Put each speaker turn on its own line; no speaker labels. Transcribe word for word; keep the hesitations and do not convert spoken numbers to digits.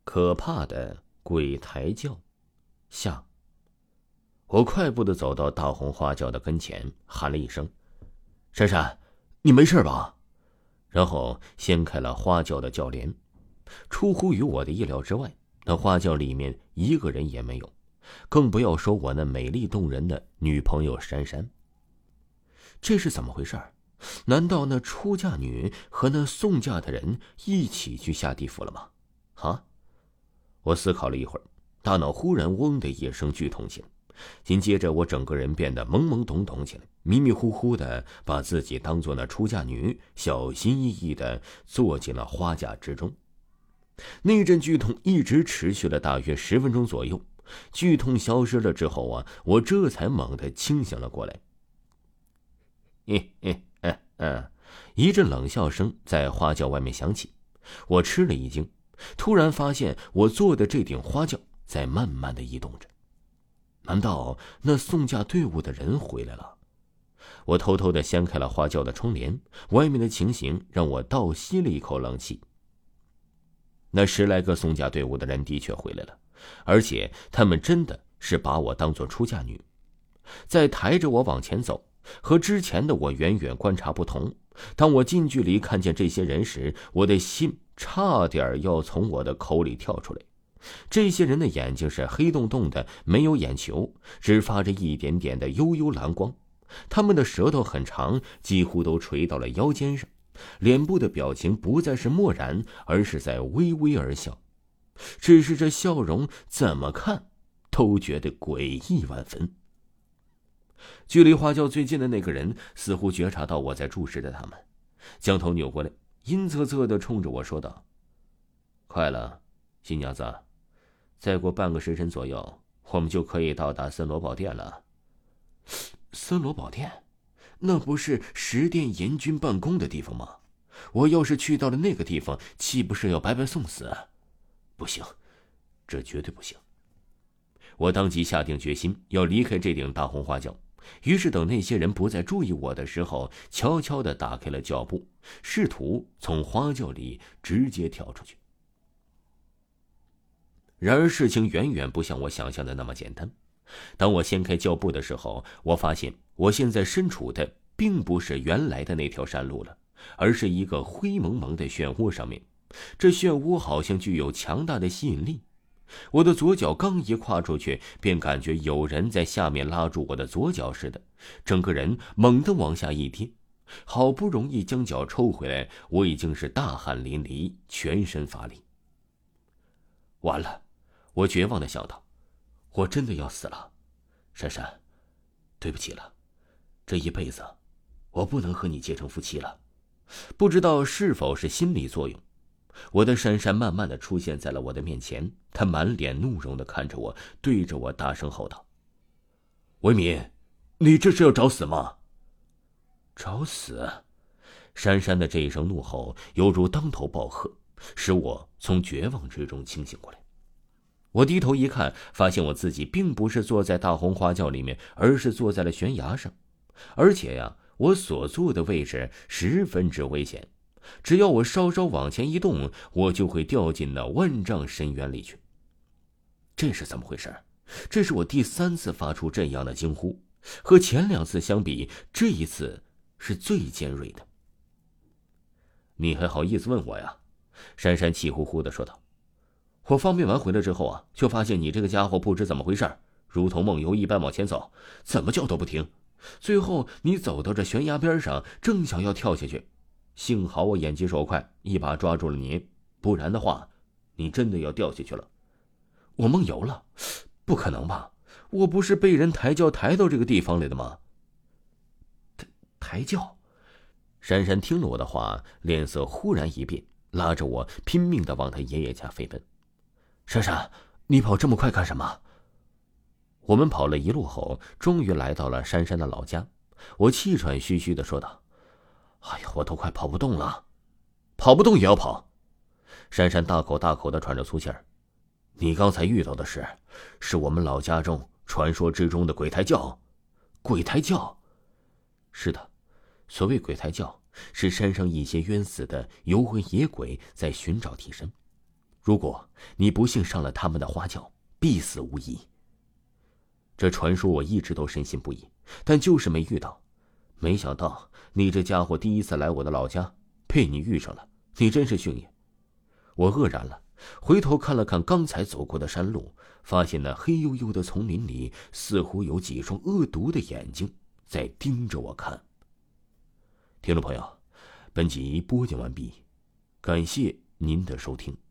可怕的鬼抬轿下。我快步地走到大红花轿的跟前，喊了一声：“珊珊，你没事吧？”然后掀开了花轿的轿帘。出乎于我的意料之外，那花轿里面一个人也没有，更不要说我那美丽动人的女朋友珊珊。这是怎么回事？难道那出嫁女和那送嫁的人一起去下地府了吗？啊！我思考了一会儿，大脑忽然嗡的一声剧痛起来，紧接着我整个人变得懵懵懂懂起来，迷迷糊糊的把自己当作那出嫁女，小心翼翼的坐进了花架之中。那阵剧痛一直持续了大约十分钟左右，剧痛消失了之后啊，我这才猛地清醒了过来。嘿嘿嘿嘿，一阵冷笑声在花轿外面响起，我吃了一惊，突然发现我坐的这顶花轿在慢慢的移动着。难道那送嫁队伍的人回来了？我偷偷的掀开了花轿的窗帘，外面的情形让我倒吸了一口冷气。那十来个送嫁队伍的人的确回来了，而且他们真的是把我当作出嫁女。在抬着我往前走，和之前的我远远观察不同。当我近距离看见这些人时，我的心差点要从我的口里跳出来。这些人的眼睛是黑洞洞的，没有眼球，只发着一点点的幽幽蓝光。他们的舌头很长，几乎都垂到了腰间上，脸部的表情不再是漠然，而是在微微而笑。只是这笑容怎么看都觉得诡异万分。距离花轿最近的那个人似乎觉察到我在注视着他们，将头扭过来，阴恻恻地冲着我说道：“快了，新娘子，再过半个时辰左右，我们就可以到达森罗宝殿了。”森罗宝殿？那不是十殿阎君办公的地方吗？我要是去到了那个地方，岂不是要白白送死？不行，这绝对不行。我当即下定决心要离开这顶大红花轿，于是等那些人不再注意我的时候，悄悄地打开了脚步，试图从花轿里直接跳出去。然而事情远远不像我想象的那么简单。当我掀开轿布的时候，我发现我现在身处的并不是原来的那条山路了，而是一个灰蒙蒙的漩涡上面。这漩涡好像具有强大的吸引力。我的左脚刚一跨出去，便感觉有人在下面拉住我的左脚似的，整个人猛地往下一跌。好不容易将脚抽回来，我已经是大汗淋漓，全身乏力。完了，我绝望地想到，我真的要死了。珊珊，对不起了，这一辈子我不能和你结成夫妻了。不知道是否是心理作用，我的珊珊慢慢地出现在了我的面前，她满脸怒容地看着我，对着我大声吼道：“维敏，你这是要找死吗？”找死！珊珊的这一声怒吼犹如当头暴喝，使我从绝望之中清醒过来。我低头一看，发现我自己并不是坐在大红花轿里面，而是坐在了悬崖上。而且呀，我所坐的位置十分之危险，只要我稍稍往前一动，我就会掉进那万丈深渊里去。这是怎么回事？这是我第三次发出这样的惊呼，和前两次相比，这一次是最尖锐的。你还好意思问我呀？珊珊气呼呼地说道。我方便完回来之后啊，就发现你这个家伙不知怎么回事，如同梦游一般往前走，怎么叫都不停。最后你走到这悬崖边上，正想要跳下去，幸好我眼疾手快，一把抓住了你，不然的话，你真的要掉下去了。我梦游了？不可能吧？我不是被人抬轿抬到这个地方来的吗？抬抬轿？珊珊听了我的话，脸色忽然一变，拉着我拼命地往她爷爷家飞奔。珊珊，你跑这么快干什么？我们跑了一路后，终于来到了珊珊的老家。我气喘吁吁地说道：“哎呀，我都快跑不动了。”跑不动也要跑。珊珊大口大口地喘着粗气儿。你刚才遇到的事，是我们老家中传说之中的鬼抬轿。鬼抬轿？是的，所谓鬼抬轿，是山上一些冤死的游魂野鬼在寻找替身。 如果你不幸上了他们的花轿，必死无疑。这传说我一直都深信不疑，但就是没遇到。没想到你这家伙第一次来我的老家，被你遇上了，你真是幸运。我愕然了，回头看了看刚才走过的山路，发现那黑黝黝的丛林里似乎有几双恶毒的眼睛在盯着我看。听众朋友，本集播讲完毕，感谢您的收听。